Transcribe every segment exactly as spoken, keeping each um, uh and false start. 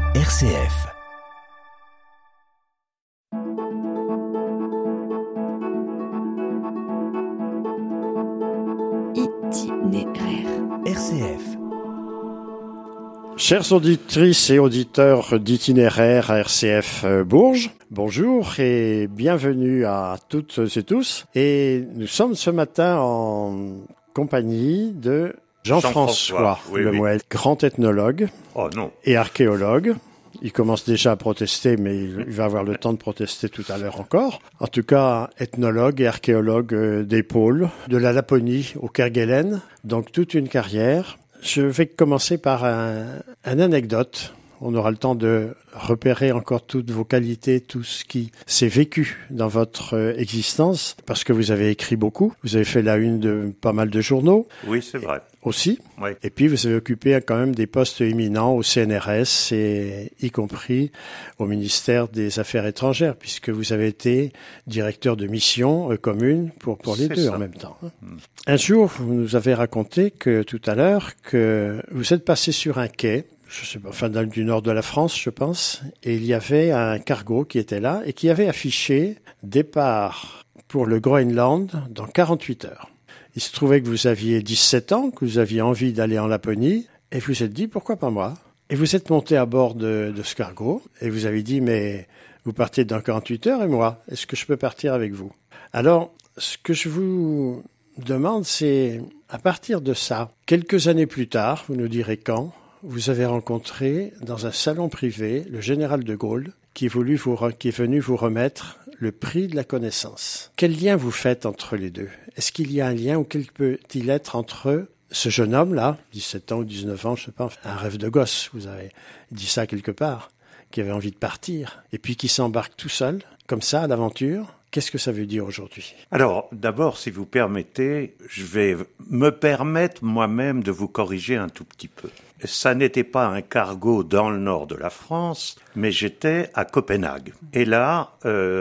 R C F. Itinéraire. R C F. Chères auditrices et auditeurs d'Itinéraire à R C F Bourges, bonjour et bienvenue à toutes et tous. Et nous sommes ce matin en compagnie de Jean-François, Jean-François, oui, le oui. Mouel, grand ethnologue Oh non. et archéologue. Il commence déjà à protester, mais il va avoir le temps de protester tout à l'heure encore. En tout cas, ethnologue et archéologue euh, des pôles, de la Laponie au Kerguelen, donc toute une carrière. Je vais commencer par un, un anecdote. On aura le temps de repérer encore toutes vos qualités, tout ce qui s'est vécu dans votre euh, existence, parce que vous avez écrit beaucoup. Vous avez fait la une de pas mal de journaux. Oui, c'est vrai. Aussi. Oui. Et puis, vous avez occupé quand même des postes éminents au C N R S et y compris au ministère des Affaires étrangères, puisque vous avez été directeur de mission euh, commune pour, pour les C'est deux ça. en même temps. Un jour, vous nous avez raconté que tout à l'heure que vous êtes passé sur un quai, je sais pas, enfin dans du nord de la France, je pense, et il y avait un cargo qui était là et qui avait affiché départ pour le Groenland dans quarante-huit heures. Il se trouvait que vous aviez dix-sept ans, que vous aviez envie d'aller en Laponie, et vous vous êtes dit, pourquoi pas moi? Et vous êtes monté à bord de, de ce cargo, et vous avez dit, mais vous partez dans quarante-huit heures, et moi, est-ce que je peux partir avec vous? Alors, ce que je vous demande, c'est, à partir de ça, quelques années plus tard, vous nous direz quand, vous avez rencontré, dans un salon privé, le général de Gaulle, qui est, voulu vous, re- qui est venu vous remettre le prix de la connaissance. Quel lien vous faites entre les deux? Est-ce qu'il y a un lien ou quel peut-il être entre ce jeune homme-là, dix-sept ans ou dix-neuf ans, je sais pas, un rêve de gosse, vous avez dit ça quelque part, qui avait envie de partir, et puis qui s'embarque tout seul, comme ça, à l'aventure? Qu'est-ce que ça veut dire aujourd'hui? Alors, d'abord, si vous permettez, je vais me permettre moi-même de vous corriger un tout petit peu. Ça n'était pas un cargo dans le nord de la France, mais j'étais à Copenhague. Et là,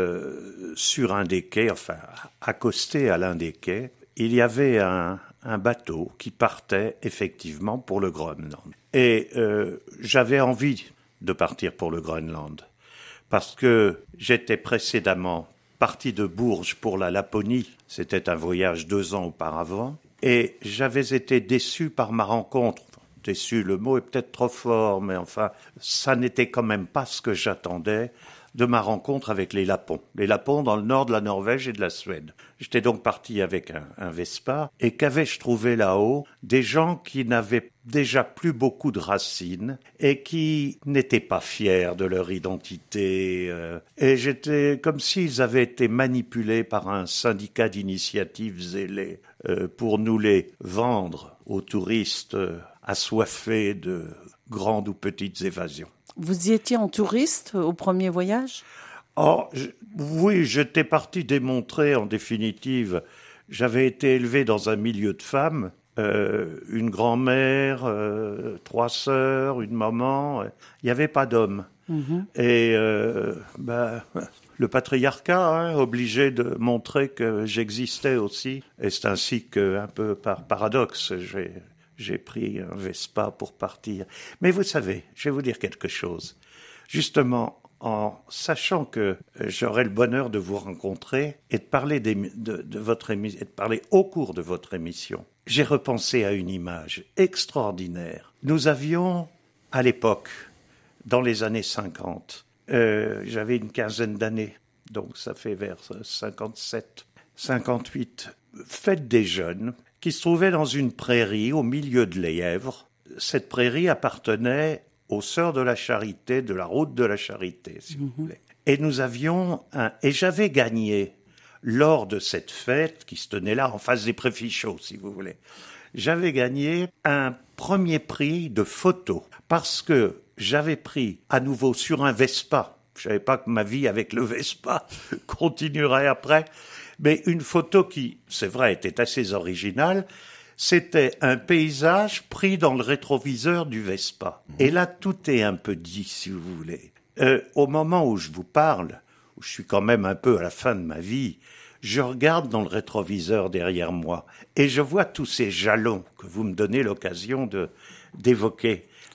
euh, sur un des quais, enfin, accosté à l'un des quais, il y avait un, un bateau qui partait effectivement pour le Groenland. Et euh, j'avais envie de partir pour le Groenland, parce que j'étais précédemment parti de Bourges pour la Laponie. C'était un voyage deux ans auparavant. Et j'avais été déçu par ma rencontre. Déçu, le mot est peut-être trop fort, mais enfin, ça n'était quand même pas ce que j'attendais de ma rencontre avec les Lapons. Les Lapons dans le nord de la Norvège et de la Suède. J'étais donc parti avec un, un Vespa. Et qu'avais-je trouvé là-haut? Des gens qui n'avaient déjà plus beaucoup de racines et qui n'étaient pas fiers de leur identité. euh, Et j'étais comme s'ils avaient été manipulés par un syndicat d'initiatives zélés euh, pour nous les vendre aux touristes euh, assoiffés de grandes ou petites évasions. Vous y étiez en touriste au premier voyage? Oh, je- oui, j'étais parti démontrer, en définitive, j'avais été élevé dans un milieu de femmes, euh, une grand-mère, euh, trois sœurs, une maman, euh, il n'y avait pas d'hommes. Mhm. Et euh, ben, le patriarcat, hein, obligé de montrer que j'existais aussi, et c'est ainsi que, un peu par paradoxe, j'ai... J'ai pris un Vespa pour partir. Mais vous savez, je vais vous dire quelque chose. Justement, en sachant que j'aurai le bonheur de vous rencontrer et de parler des, de, de votre émi- et de parler au cours de votre émission, j'ai repensé à une image extraordinaire. Nous avions, à l'époque, dans les années cinquante, euh, j'avais une quinzaine d'années, donc ça fait vers cinquante-sept, cinquante-huit, fête des jeunes, qui se trouvait dans une prairie au milieu de Lièvre. Cette prairie appartenait aux Sœurs de la Charité, de la route de la Charité, si vous voulez. Et nous avions un... Et j'avais gagné, lors de cette fête, qui se tenait là, en face des Préfichaux, si vous voulez, j'avais gagné un premier prix de photo, parce que j'avais pris à nouveau sur un Vespa. Je savais pas que ma vie avec le Vespa continuerait après, mais une photo qui, c'est vrai, était assez originale. C'était un paysage pris dans le rétroviseur du Vespa. Et là, tout est un peu dit, si vous voulez. Euh, au moment où je vous parle, où je suis quand même un peu à la fin de ma vie, je regarde dans le rétroviseur derrière moi et je vois tous ces jalons que vous me donnez l'occasion de, d'évoquer.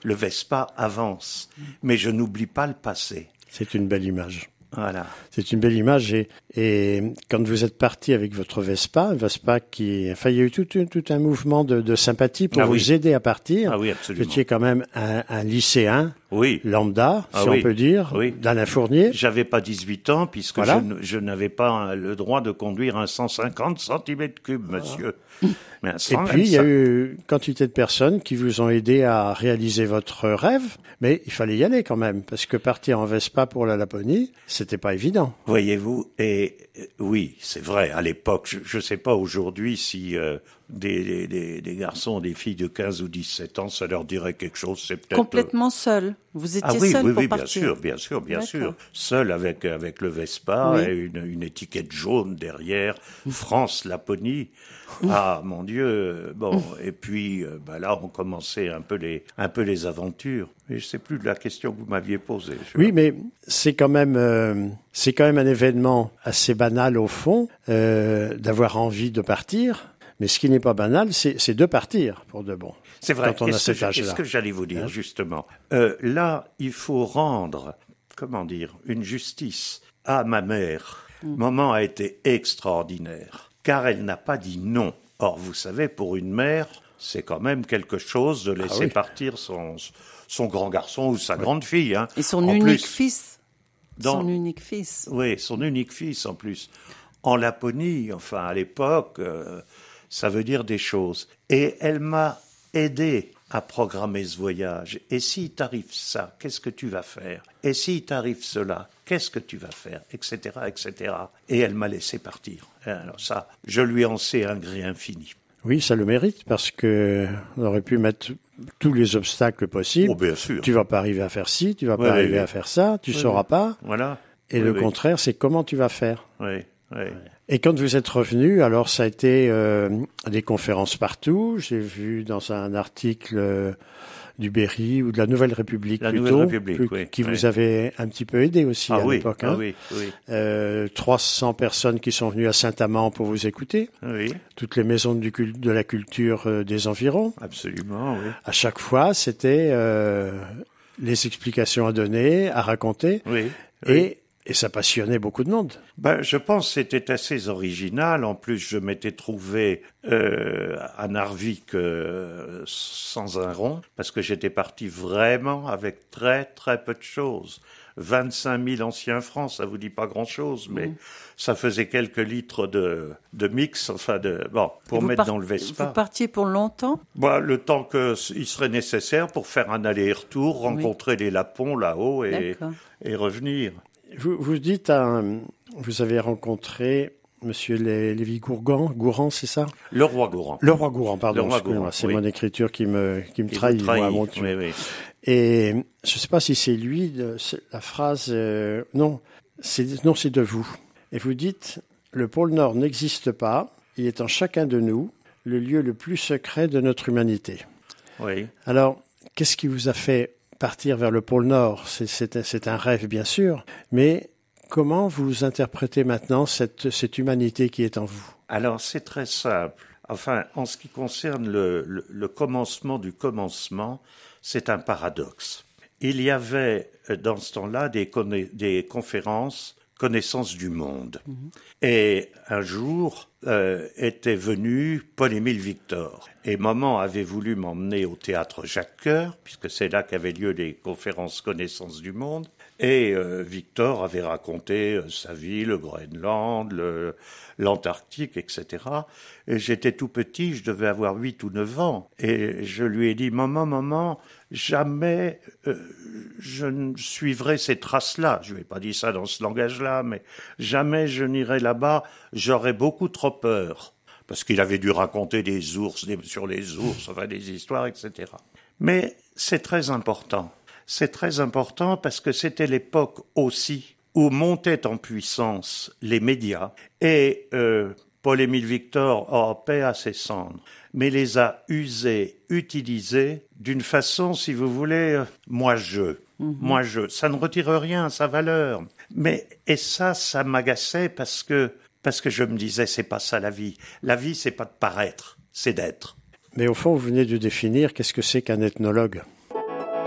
le Vespa avance. Mais je n'oublie pas le passé. C'est une belle image. Voilà. C'est une belle image et, et quand vous êtes parti avec votre Vespa, un Vespa qui, enfin, il y a eu tout, tout un mouvement de, de sympathie pour ah, vous oui. aider à partir. Ah oui, absolument. Vous étiez quand même un, un lycéen, oui. lambda, ah, si oui. on peut dire, oui. d'Alain Fournier. J'avais pas dix-huit ans puisque voilà. je, je n'avais pas le droit de conduire un cent cinquante centimètres cubes, monsieur. Mais et puis, il y a eu quantité de personnes qui vous ont aidé à réaliser votre rêve, mais il fallait y aller quand même, parce que partir en Vespa pour la Laponie, c'était pas évident. Voyez-vous, et euh, oui, c'est vrai, à l'époque, je ne sais pas aujourd'hui si euh, des, des, des garçons, des filles de quinze ou dix-sept ans, ça leur dirait quelque chose, c'est peut-être... Complètement seul. Vous étiez ah, oui, seul oui, pour oui, partir. bien sûr, bien sûr, bien D'accord. sûr. Seul avec, avec le Vespa oui. et une, une étiquette jaune derrière, France, Laponie. Ah, mon Dieu, bon, et puis euh, bah, là, on commençait un peu les, un peu les aventures. Mais je ne sais plus de la question que vous m'aviez posée. Oui, mais c'est quand même, euh, c'est quand même un événement assez banal au fond, euh, d'avoir envie de partir. Mais ce qui n'est pas banal, c'est, c'est de partir pour de bon. C'est vrai. Quand on a cet âge-là. Qu'est-ce que j'allais vous dire, hein? justement euh, Là, il faut rendre, comment dire, une justice à ma mère. Mmh. Maman a été extraordinaire. Car elle n'a pas dit non. Or, vous savez, pour une mère, c'est quand même quelque chose de laisser ah oui. partir son, son grand garçon ou sa oui. grande fille. Hein. Et son en unique plus, fils. Dans... Son unique fils. Oui, son unique fils en plus. En Laponie, enfin à l'époque, euh, ça veut dire des choses. Et elle m'a aidé à programmer ce voyage. Et s'il t'arrive ça, qu'est-ce que tu vas faire ? Et s'il t'arrive cela, qu'est-ce que tu vas faire ? Etc., et cetera. Et elle m'a laissé partir. Et alors ça, je lui en sais un gré infini. Oui, ça le mérite, parce que on aurait pu mettre tous les obstacles possibles. Oh, bien sûr. Tu vas pas arriver à faire ci, tu vas oui, pas oui, arriver oui. à faire ça, tu oui, sauras oui. pas. Voilà. Et oui, le oui. contraire, c'est comment tu vas faire. Oui, oui. Et quand vous êtes revenu, alors ça a été euh, des conférences partout. J'ai vu dans un article euh, du Berry ou de la Nouvelle République la plutôt, Nouvelle République, plus, oui, qui oui. vous avait un petit peu aidé aussi ah, à oui, l'époque. Ah hein. oui, oui. Euh, trois cents personnes qui sont venues à Saint-Amand pour vous écouter. Oui. Toutes les maisons du cul- de la culture euh, des environs. Absolument, oui. À chaque fois, c'était euh, les explications à donner, à raconter. Oui. Et oui. Et ça passionnait beaucoup de monde. Ben, je pense que c'était assez original. En plus, je m'étais trouvé euh, à Narvik euh, sans un rond, parce que j'étais parti vraiment avec très, très peu de choses. vingt-cinq mille anciens francs, ça vous dit pas grand-chose, mais mmh. ça faisait quelques litres de, de mix, enfin, de bon, pour mettre part- dans le Vespa. Vous partiez pour longtemps ? Ben, le temps qu'il serait nécessaire pour faire un aller-retour, rencontrer oui. les Lapons là-haut et, et revenir. Vous, vous dites, un, vous avez rencontré Monsieur Lévy-Gourgan, Gourand, c'est ça ? Le roi Gourand. Le roi Gourand, pardon. Le roi Gourand, c'est oui. mon écriture qui me, qui me qui trahit, trahit, moi, mon Dieu. Oui, oui. Et je ne sais pas si c'est lui, de, c'est la phrase, euh, non, c'est, non, c'est de vous. Et vous dites, le pôle Nord n'existe pas, il est en chacun de nous, le lieu le plus secret de notre humanité. Oui. Alors, qu'est-ce qui vous a fait partir vers le pôle Nord ? c'est, c'est, c'est un rêve, bien sûr, mais comment vous interprétez maintenant cette, cette humanité qui est en vous ? Alors, c'est très simple. Enfin, en ce qui concerne le, le, le commencement du commencement, c'est un paradoxe. Il y avait, dans ce temps-là, des, conna- des conférences connaissance du monde. Mmh. Et un jour euh, était venu Paul-Émile Victor. Et maman avait voulu m'emmener au théâtre Jacques-Cœur, puisque c'est là qu'avaient lieu les conférences connaissance du monde. Et euh, Victor avait raconté euh, sa vie, le Groenland, le, l'Antarctique, et cetera. Et j'étais tout petit, je devais avoir huit ou neuf ans. Et je lui ai dit, maman, maman, jamais euh, je ne suivrai ces traces-là. Je lui ai pas dit ça dans ce langage-là, mais jamais je n'irai là-bas, j'aurais beaucoup trop peur. Parce qu'il avait dû raconter des ours, des, sur les ours, enfin des histoires, et cetera. Mais c'est très important. C'est très important parce que c'était l'époque aussi où montaient en puissance les médias et euh, Paul-Émile Victor, oh, paix à ses cendres, mais les a usés, utilisés d'une façon, si vous voulez, euh, moi-je. Mmh. Moi-je. Ça ne retire rien à sa valeur. Mais, et ça, ça m'agaçait parce que, parce que je me disais, c'est pas ça la vie. La vie, c'est pas de paraître, c'est d'être. Mais au fond, vous venez de définir qu'est-ce que c'est qu'un ethnologue.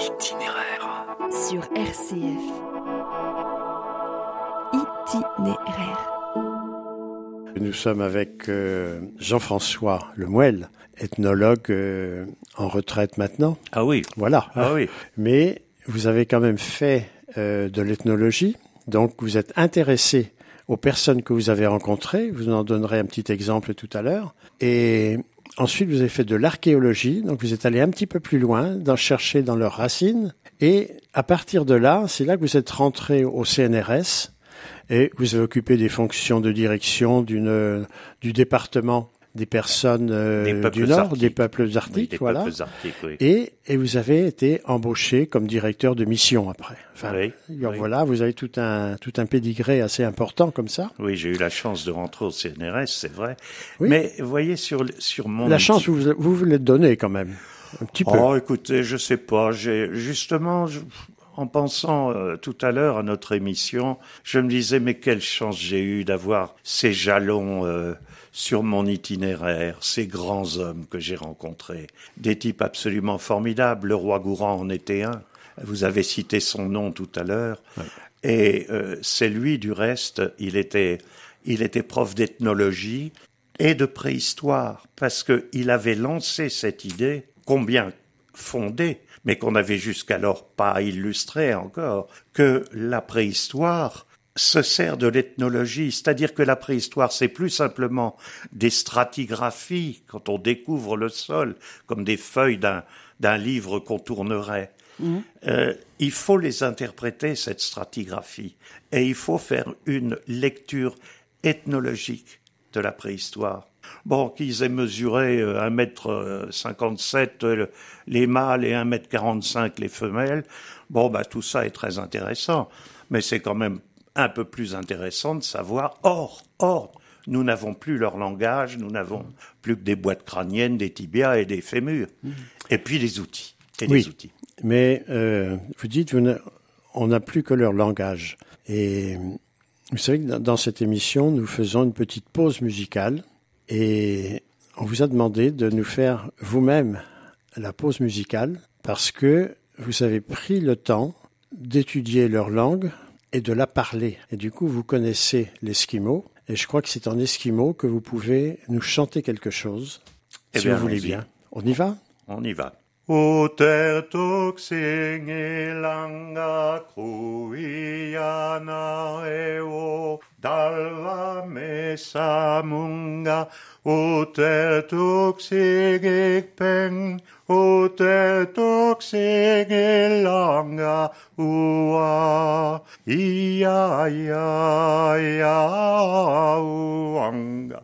Itinéraire. Sur R C F. Itinéraire. Nous sommes avec euh, Jean-François Lemouel, ethnologue euh, en retraite maintenant. Ah oui. Voilà. Ah oui. Mais vous avez quand même fait euh, de l'ethnologie, donc vous êtes intéressé aux personnes que vous avez rencontrées. Vous en donnerez un petit exemple tout à l'heure. Et ensuite, vous avez fait de l'archéologie, donc vous êtes allé un petit peu plus loin, d'en chercher dans leurs racines. Et à partir de là, c'est là que vous êtes rentré au C N R S. Et vous avez occupé des fonctions de direction d'une, euh, du département des personnes euh, Des du Nord, arctiques. des peuples arctiques, Oui, des voilà. peuples arctiques, oui. Et, et vous avez été embauché comme directeur de mission après. Enfin, Oui, alors oui. voilà, vous avez tout un tout un pédigré assez important comme ça. Oui, j'ai eu la chance de rentrer au C N R S, c'est vrai. Oui. Mais vous voyez, sur, le- sur mon... La chance, vous vous vous l'êtes donnée quand même, un petit peu. Oh, écoutez, je sais pas. J'ai justement, je- en pensant euh, tout à l'heure à notre émission, je me disais mais quelle chance j'ai eu d'avoir ces jalons euh, sur mon itinéraire, ces grands hommes que j'ai rencontrés, des types absolument formidables. Le roi Gourand en était un. Vous avez cité son nom tout à l'heure, Ouais. et euh, c'est lui du reste. Il était, il était prof d'ethnologie et de préhistoire parce que il avait lancé cette idée, combien fondée, mais qu'on n'avait jusqu'alors pas illustrée encore, que la préhistoire se sert de l'ethnologie, c'est-à-dire que la préhistoire, c'est plus simplement des stratigraphies, quand on découvre le sol, comme des feuilles d'un, d'un livre qu'on tournerait. Mmh. Euh, il faut les interpréter, cette stratigraphie, et il faut faire une lecture ethnologique de la préhistoire. Bon, qu'ils aient mesuré un mètre cinquante-sept les mâles et un mètre quarante-cinq les femelles, bon, bah, tout ça est très intéressant, mais c'est quand même un peu plus intéressant de savoir, or, or, nous n'avons plus leur langage, nous n'avons plus que des boîtes crâniennes, des tibias et des fémurs, mmh. et puis des outils, et oui, des outils. Mais euh, vous dites, vous n'a, on n'a plus que leur langage. Et vous savez que dans cette émission, nous faisons une petite pause musicale, et on vous a demandé de nous faire vous-même la pause musicale, parce que vous avez pris le temps d'étudier leur langue et de la parler. Et du coup, vous connaissez l'esquimau. Et je crois que c'est en esquimau que vous pouvez nous chanter quelque chose, eh si bien, vous voulez allons-y. bien. On y va ? On y va. Utertoxingelanga kruiana eo dalva mesa munga utertoxigekpeng utertoxigelanga ua ia ia ia uanga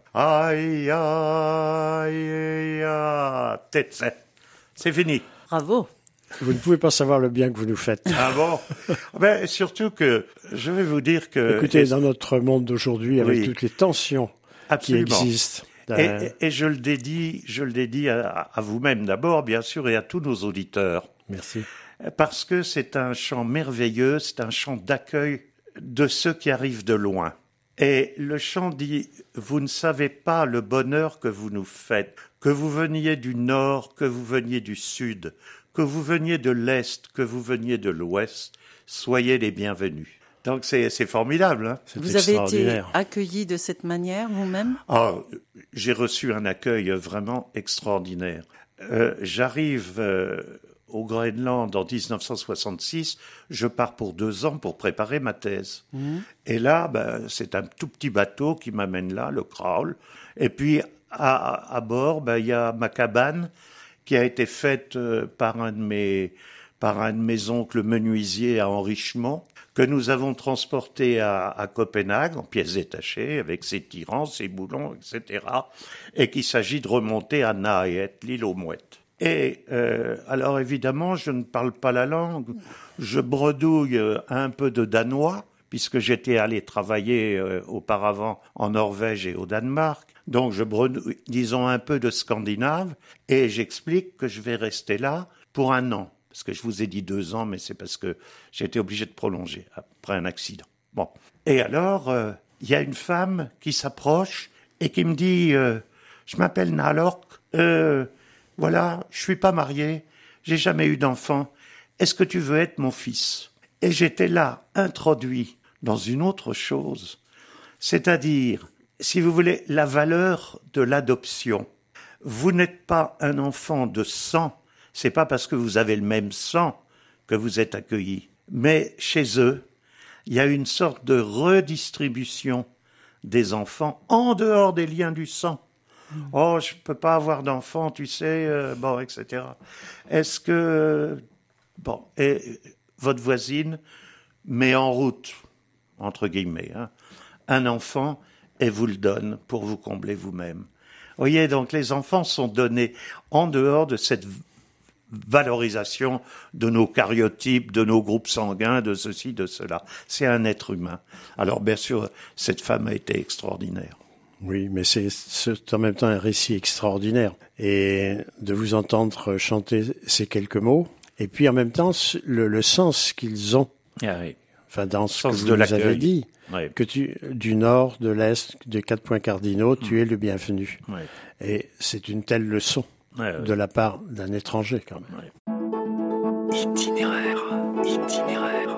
ia ia tetse. C'est fini. Bravo. Vous ne pouvez pas savoir le bien que vous nous faites. Ah bon? Ben, surtout que, je vais vous dire que... Écoutez, dans notre monde d'aujourd'hui, avec oui, toutes les tensions absolument. qui existent... Et, et, et je le dédie, je le dédie à, à vous-même d'abord, bien sûr, et à tous nos auditeurs. Merci. Parce que c'est un chant merveilleux, c'est un chant d'accueil de ceux qui arrivent de loin. Et le chant dit « Vous ne savez pas le bonheur que vous nous faites, que vous veniez du nord, que vous veniez du sud, que vous veniez de l'est, que vous veniez de l'ouest, soyez les bienvenus. » Donc c'est, c'est formidable. Hein, c'est vous avez été accueilli de cette manière vous-même? Ah, j'ai reçu un accueil vraiment extraordinaire. Euh, j'arrive euh, au Groenland en dix-neuf cent soixante-six, je pars pour deux ans pour préparer ma thèse. Mmh. Et là, ben, c'est un tout petit bateau qui m'amène là, le Kraul. Et puis à, à bord, ben, y a ma cabane qui a été faite euh, par un de mes par un de mes oncles menuisiers à Henrichemont, que nous avons transporté à, à Copenhague en pièces détachées, avec ses tirants, ses boulons, et cetera, et qu'il s'agit de remonter à Nahet, l'île aux mouettes. Et euh, alors évidemment, je ne parle pas la langue, je bredouille un peu de danois, puisque j'étais allé travailler euh, auparavant en Norvège et au Danemark, donc je bredouille, disons, un peu de scandinave, et j'explique que je vais rester là pour un an. Parce que je vous ai dit deux ans, mais c'est parce que j'ai été obligé de prolonger après un accident. Bon. Et alors, il euh, y a une femme qui s'approche et qui me dit euh, « Je m'appelle Nalork, euh, voilà, je suis pas mariée, j'ai jamais eu d'enfant, est-ce que tu veux être mon fils ? Et j'étais là, introduit dans une autre chose, c'est-à-dire, si vous voulez, la valeur de l'adoption. Vous n'êtes pas un enfant de sang, c'est pas parce que vous avez le même sang que vous êtes accueilli. Mais chez eux, il y a une sorte de redistribution des enfants en dehors des liens du sang. Mmh. Oh, je peux pas avoir d'enfant, tu sais, euh, bon, et cetera. Est-ce que, bon, et votre voisine met en route, entre guillemets, hein, un enfant et vous le donne pour vous combler vous-même. Vous voyez, donc les enfants sont donnés en dehors de cette valorisation de nos cariotypes, de nos groupes sanguins, de ceci, de cela. C'est un être humain. Alors bien sûr, cette femme a été extraordinaire. Oui, mais c'est, c'est en même temps un récit extraordinaire. Et de vous entendre chanter ces quelques mots, et puis en même temps, le, le sens qu'ils ont. Ah oui. Enfin, dans ce sens que vous nous avez dit, oui. Que tu, du nord, de l'est, des quatre points cardinaux, mmh. tu es le bienvenu. Oui. Et c'est une telle leçon. Ouais, ouais. De la part d'un étranger, quand même. Ouais. Itinéraire, itinéraire,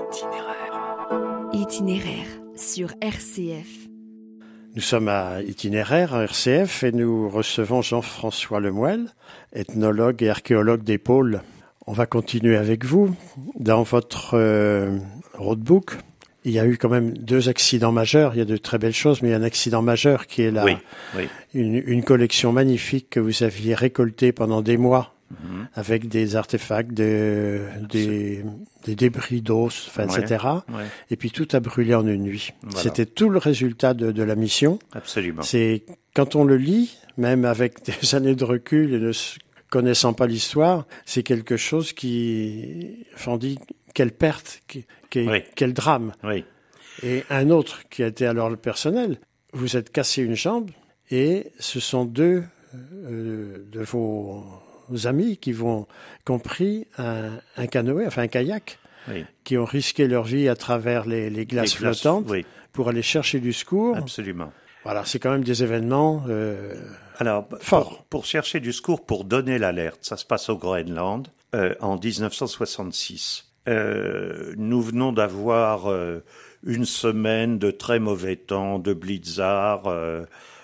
itinéraire. Itinéraire sur R C F. Nous sommes à Itinéraire, à R C F, et nous recevons Jean-François Lemoelle, ethnologue et archéologue des pôles. On va continuer avec vous. Dans votre euh, roadbook, il y a eu quand même deux accidents majeurs. Il y a de très belles choses, mais il y a un accident majeur qui est là. Oui, oui. Une, une collection magnifique que vous aviez récoltée pendant des mois, mm-hmm. avec des artefacts, de, des, des débris d'os, enfin, ouais, et cetera. Ouais. Et puis tout a brûlé en une nuit. Voilà. C'était tout le résultat de, de la mission. Absolument. C'est quand on le lit, même avec des années de recul et ne connaissant pas l'histoire, c'est quelque chose qui, enfin, on dit, quelle perte, quel, oui. quel drame. Oui. Et un autre qui a été alors le personnel, vous êtes cassé une jambe et ce sont deux euh, de vos amis qui vont compris un, un canoë, enfin un kayak, oui. qui ont risqué leur vie à travers les, les glaces les flottantes glaces, oui. pour aller chercher du secours. Absolument. Voilà, c'est quand même des événements euh, Alors, forts. Pour, pour chercher du secours, pour donner l'alerte, ça se passe au Groenland euh, en dix-neuf cent soixante-six. Euh, nous venons d'avoir euh, une semaine de très mauvais temps, de blizzard, euh,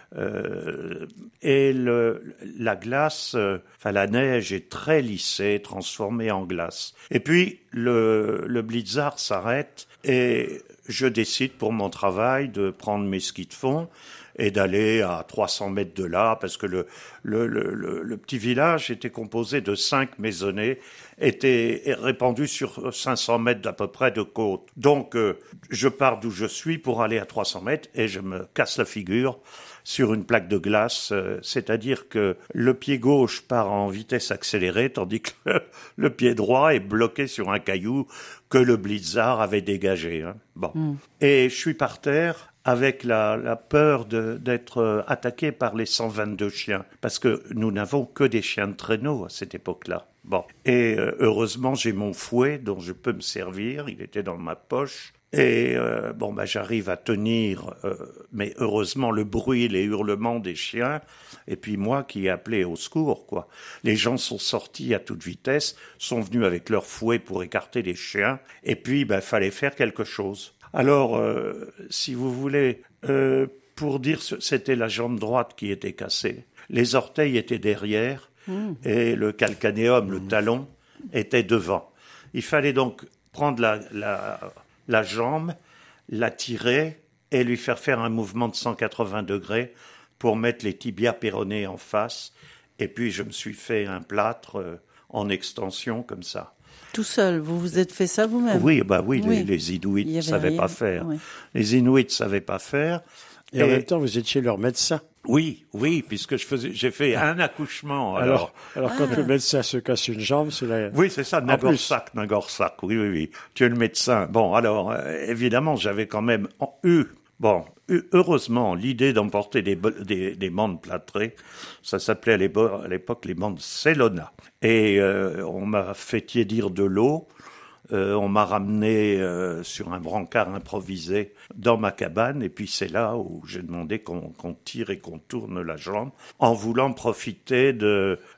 euh, et le, la glace, euh, enfin la neige est très lissée, transformée en glace. Et puis le, le blizzard s'arrête et je décide pour mon travail de prendre mes skis de fond et d'aller à trois cents mètres de là, parce que le, le, le, le, le petit village était composé de cinq maisonnées, était répandu sur cinq cents mètres d'à peu près de côte. Donc, euh, je pars d'où je suis pour aller à trois cents mètres et je me casse la figure sur une plaque de glace, euh, c'est-à-dire que le pied gauche part en vitesse accélérée, tandis que le, le pied droit est bloqué sur un caillou que le blizzard avait dégagé. Hein. Bon. Mm. Et je suis par terre avec la, la peur de, d'être attaqué par les cent vingt-deux chiens, parce que nous n'avons que des chiens de traîneau à cette époque-là. Bon. Et euh, heureusement, j'ai mon fouet dont je peux me servir, il était dans ma poche. Et euh, bon, bah, j'arrive à tenir, euh, mais heureusement, le bruit, les hurlements des chiens, et puis moi qui ai appelé au secours, quoi. Les gens sont sortis à toute vitesse, sont venus avec leur fouet pour écarter les chiens, et puis, bah, fallait faire quelque chose. Alors, euh, si vous voulez, euh, pour dire, c'était la jambe droite qui était cassée. Les orteils étaient derrière, mmh. et le calcanéum, mmh. le talon, était devant. Il fallait donc prendre la... la la jambe, la tirer et lui faire faire un mouvement de cent quatre-vingts degrés pour mettre les tibias péronés en face. Et puis, je me suis fait un plâtre euh, en extension comme ça. Tout seul, vous vous êtes fait ça vous-même ? Oui, bah oui, oui. Les, les Inuits ne savaient rien. pas faire. Oui. Les Inuits ne savaient pas faire. Et, et en même temps, vous étiez leur médecin. Oui, oui, puisque je faisais, j'ai fait un accouchement. Alors, alors, alors ah. quand le médecin se casse une jambe, c'est la... Oui, c'est ça, Nagorsak, Nagorsak, oui, oui, oui. Tu es le médecin. Bon, alors, euh, évidemment, j'avais quand même eu, bon, eu, heureusement, l'idée d'emporter des, des, des bandes plâtrées. Ça s'appelait à l'époque, à l'époque les bandes Cellona. Et euh, on m'a fait tiédir de l'eau. Euh, on m'a ramené euh, sur un brancard improvisé dans ma cabane, et puis c'est là où j'ai demandé qu'on, qu'on tire et qu'on tourne la jambe, en voulant profiter de,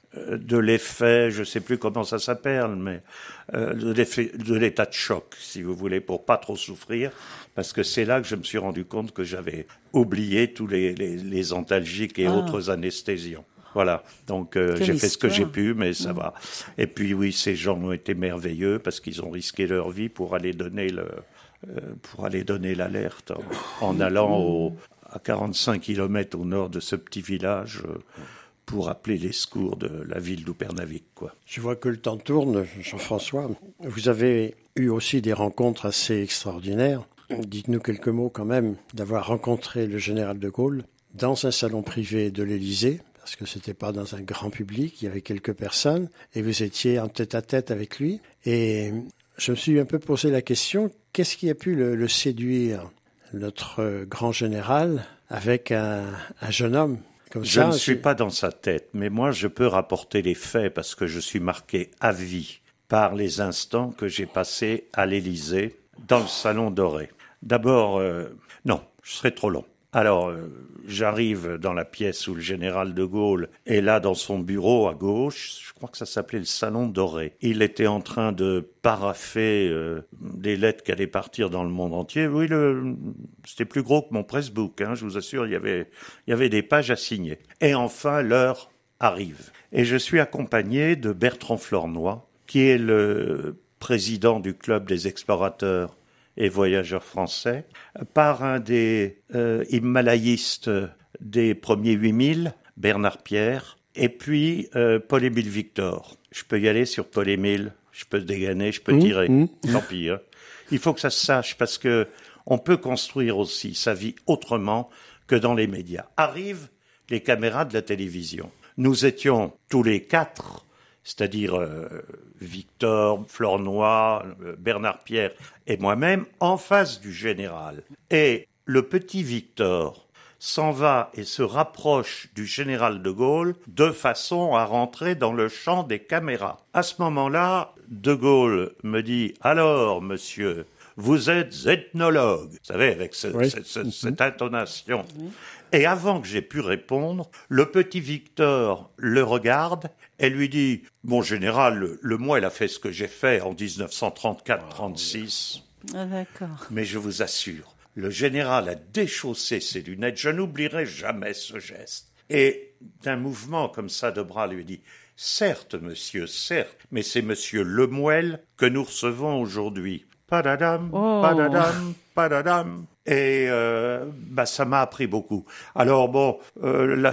de l'effet, je sais plus comment ça s'appelle, mais euh, de l'effet, de l'état de choc, si vous voulez, pour pas trop souffrir, parce que c'est là que je me suis rendu compte que j'avais oublié tous les, les, les antalgiques et ah. autres anesthésiants. Voilà, donc euh, j'ai fait ce que j'ai pu, mais ça mmh. va. Et puis oui, ces gens ont été merveilleux parce qu'ils ont risqué leur vie pour aller donner le, euh, pour aller donner l'alerte en, en allant au, à quarante-cinq kilomètres au nord de ce petit village. Euh, pour appeler les secours de la ville d'Upernavik, quoi. Je vois que le temps tourne, Jean-François. Vous avez eu aussi des rencontres assez extraordinaires. Dites-nous quelques mots quand même d'avoir rencontré le général de Gaulle dans un salon privé de l'Élysée, parce que c'était pas dans un grand public, il y avait quelques personnes, et vous étiez en tête-à-tête avec lui. Et je me suis un peu posé la question, qu'est-ce qui a pu le, le séduire, notre grand général, avec un, un jeune homme? Comme je ça, ne suis pas dans sa tête, mais moi je peux rapporter les faits parce que je suis marqué à vie par les instants que j'ai passés à l'Élysée, dans le Salon Doré. D'abord, euh, non, je serais trop long. Alors, euh, j'arrive dans la pièce où le général de Gaulle est là dans son bureau à gauche. Je crois que ça s'appelait le Salon Doré. Il était en train de paraffer euh, des lettres qui allaient partir dans le monde entier. Oui, le, c'était plus gros que mon pressbook, hein, je vous assure, il y avait, il y avait des pages à signer. Et enfin, l'heure arrive. Et je suis accompagné de Bertrand Flornoy, qui est le président du Club des explorateurs et voyageurs français, par un des euh, himalayistes des premiers huit mille, Bernard Pierre, et puis euh, Paul-Émile Victor. Je peux y aller sur Paul-Émile, je peux dégainer, je peux mmh, tirer, mmh. Tant pis. Hein. Il faut que ça se sache, parce que on peut construire aussi sa vie autrement que dans les médias. Arrivent les caméras de la télévision. Nous étions tous les quatre, c'est-à-dire euh, Victor, Flornoy, euh, Bernard Pierre et moi-même, en face du général. Et le petit Victor s'en va et se rapproche du général de Gaulle de façon à rentrer dans le champ des caméras. À ce moment-là, de Gaulle me dit « Alors, monsieur, vous êtes ethnologue », vous savez, avec ce, oui. cette, cette, cette intonation. Oui. Et avant que j'aie pu répondre, le petit Victor le regarde et lui dit « Mon général, le, le moi, il a fait ce que j'ai fait en dix-neuf cent trente-quatre trente-six. Ah, d'accord. Mais je vous assure, le général a déchaussé ses lunettes. Je n'oublierai jamais ce geste. Et d'un mouvement comme ça de bras, lui dit « Certes, monsieur, certes, mais c'est monsieur Lemuel que nous recevons aujourd'hui. » Padadam, oh. padadam, padadam. Et euh, bah, ça m'a appris beaucoup. Alors bon, euh, la,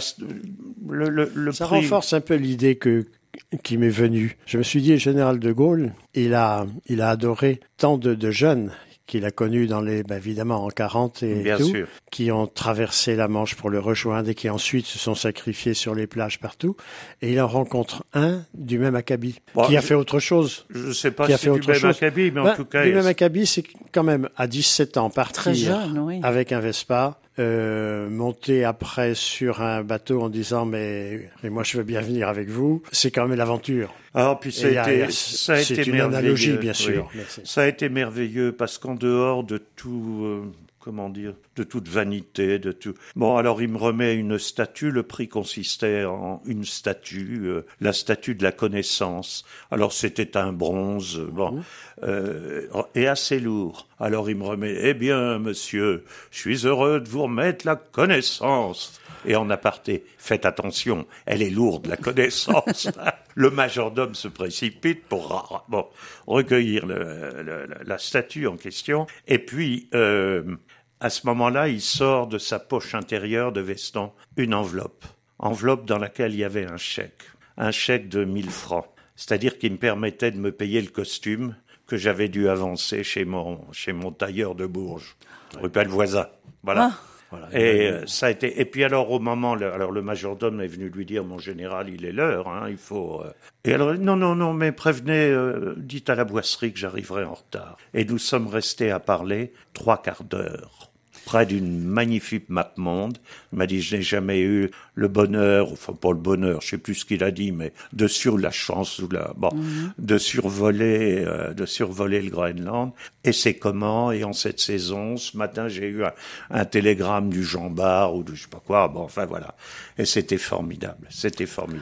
le, le, le ça prix... renforce un peu l'idée que qui m'est venue. Je me suis dit, le général de Gaulle, il a, il a adoré tant de, de jeunes qu'il a connus dans les, ben évidemment en quarante et Bien tout, sûr. qui ont traversé la Manche pour le rejoindre et qui ensuite se sont sacrifiés sur les plages partout. Et il en rencontre un du même acabit, bon, qui a fait autre chose. Je ne sais pas qui si a fait c'est autre du même chose. acabit, mais ben, en tout cas... Du même acabit, c'est quand même à dix-sept ans partir très jeune, oui. avec un Vespa, euh, monter après sur un bateau en disant mais, mais moi je veux bien venir avec vous, c'est quand même l'aventure. Alors puis ça a, a, été, a, ça a c'est été une merveilleux. Analogie bien sûr. Oui. Ça a été merveilleux parce qu'en dehors de tout, euh, comment dire, de toute vanité, de tout. Bon alors il me remet une statue. Le prix consistait en une statue, euh, la statue de la connaissance. Alors c'était un bronze, bon, mmh. euh, et assez lourd. Alors il me remet, eh bien monsieur, je suis heureux de vous remettre la connaissance. Et en aparté, faites attention, elle est lourde, la connaissance. Le majordome se précipite pour bon, recueillir le, le, la statue en question. Et puis, euh, à ce moment-là, il sort de sa poche intérieure de veston une enveloppe. Enveloppe dans laquelle il y avait un chèque. Un chèque de mille francs. C'est-à-dire qu'il me permettait de me payer le costume que j'avais dû avancer chez mon, chez mon tailleur de Bourges, rue Pellevoisin. Voilà. Ah. Voilà, et euh, ça a été. Et puis alors au moment, le, alors le majordome est venu lui dire, mon général, il est l'heure, hein, il faut. Euh... Et alors non non non, mais prévenez, euh, dites à la boisserie que j'arriverai en retard. Et nous sommes restés à parler trois quarts d'heure près d'une magnifique map monde. Il m'a dit, je n'ai jamais eu le bonheur, enfin pas le bonheur, je sais plus ce qu'il a dit, mais de sur la chance ou la, bon, mmh. de survoler, euh, de survoler le Groenland. Et c'est comment? Et en cette saison, ce matin, j'ai eu un, un télégramme du Jean Bart ou de je sais pas quoi. Bon, enfin voilà. Et c'était formidable. C'était formidable.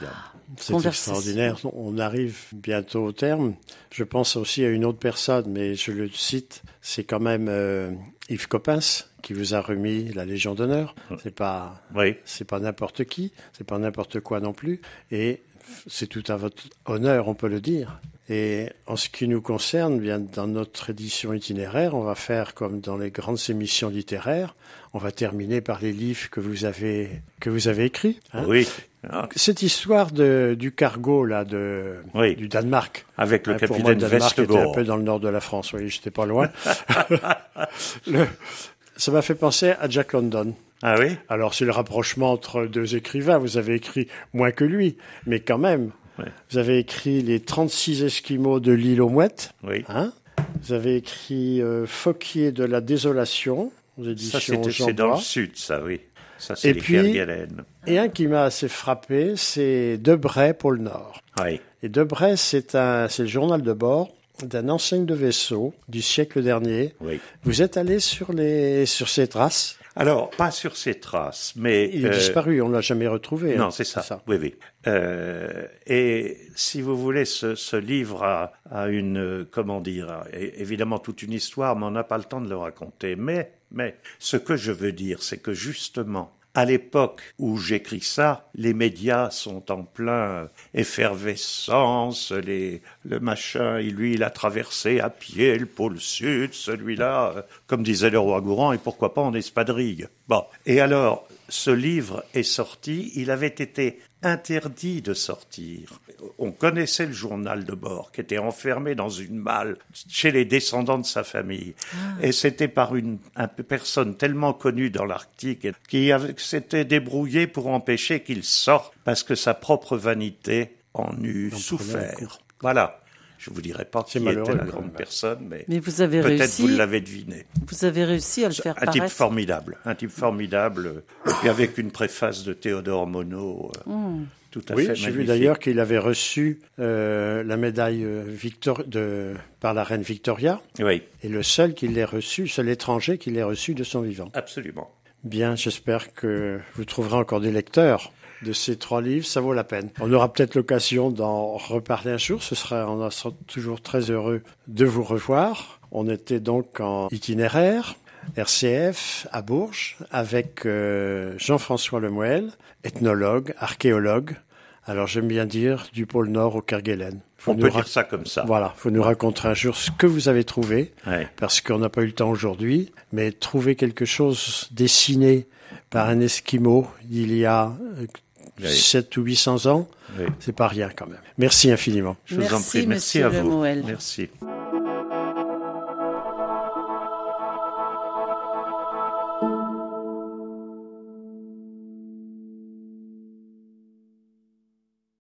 C'est extraordinaire. On arrive bientôt au terme. Je pense aussi à une autre personne, mais je le cite. C'est quand même euh, Yves Coppens qui vous a remis la Légion d'honneur. C'est pas, oui. c'est pas n'importe qui, c'est pas n'importe quoi non plus. Et c'est tout à votre honneur, on peut le dire. Et en ce qui nous concerne, bien dans notre édition itinéraire, on va faire comme dans les grandes émissions littéraires. On va terminer par les livres que vous avez que vous avez écrits. Hein. Oui. Cette histoire de du cargo là de oui. du Danemark avec le hein, capitaine pour moi, le Danemark était Vestergaard. un peu dans le nord de la France. Oui, j'étais pas loin. le, ça m'a fait penser à Jack London. Ah oui. Alors c'est le rapprochement entre deux écrivains. Vous avez écrit moins que lui, mais quand même. Ouais. Vous avez écrit les trente-six Esquimaux de l'île aux Mouettes. Oui. Hein. Vous avez écrit euh, Fauquier de la Désolation aux éditions Ça, c'était, Jean c'est dans Bois. le sud, ça, oui. Ça, c'est Et les puis, Kerguelen. Et un qui m'a assez frappé, c'est Debray, pôle Nord. Oui. Et Debray, c'est, un, c'est le journal de bord d'un enseigne de vaisseau du siècle dernier. Oui. Vous êtes allé sur, les, sur ces traces? Alors, pas sur ces traces, mais... Il est euh, disparu, on ne l'a jamais retrouvé. Non, hein. c'est ça. c'est ça. Oui, oui. Euh, et si vous voulez, ce, ce livre a, a une, euh, comment dire, a, évidemment toute une histoire, mais on n'a pas le temps de le raconter. Mais, mais, ce que je veux dire, c'est que justement, à l'époque où j'écris ça, les médias sont en plein effervescence, les, le machin, il, lui, il a traversé à pied le pôle sud, celui-là, euh, comme disait le roi Gourand, et pourquoi pas en espadrille. Bon. Et alors, ce livre est sorti, il avait été interdit de sortir. On connaissait le journal de bord, qui était enfermé dans une malle chez les descendants de sa famille. Ah. Et c'était par une, une personne tellement connue dans l'Arctique qui avait, s'était débrouillée pour empêcher qu'il sorte, parce que sa propre vanité en eût en souffert. Voilà. Je vous dirai pas qui était la grande personne, mais, mais vous avez peut-être réussi, vous l'avez deviné. Vous avez réussi à le faire un paraître. Un type formidable, un type formidable, et avec une préface de Théodore Monod, mmh. tout à oui, fait j'ai magnifique. vu d'ailleurs qu'il avait reçu euh, la médaille Victor de par la reine Victoria. Oui. Et le seul qui l'ait reçu, seul étranger qui l'ait reçu de son vivant. Absolument. Bien, j'espère que vous trouverez encore des lecteurs de ces trois livres, ça vaut la peine. On aura peut-être l'occasion d'en reparler un jour, ce sera, on sera toujours très heureux de vous revoir. On était donc en itinéraire, R C F, à Bourges, avec euh, Jean-François Lemuel, ethnologue, archéologue, alors j'aime bien dire du pôle Nord au Kerguelen. Faut On peut ra- dire ça comme ça. Voilà, faut nous raconter un jour ce que vous avez trouvé, ouais. parce qu'on n'a pas eu le temps aujourd'hui, mais trouver quelque chose dessiné par un Esquimau il y a oui. sept ou huit cents ans, oui. c'est pas rien quand même. Merci infiniment. Je vous merci, en prie, merci à vous. Lemuel. Merci.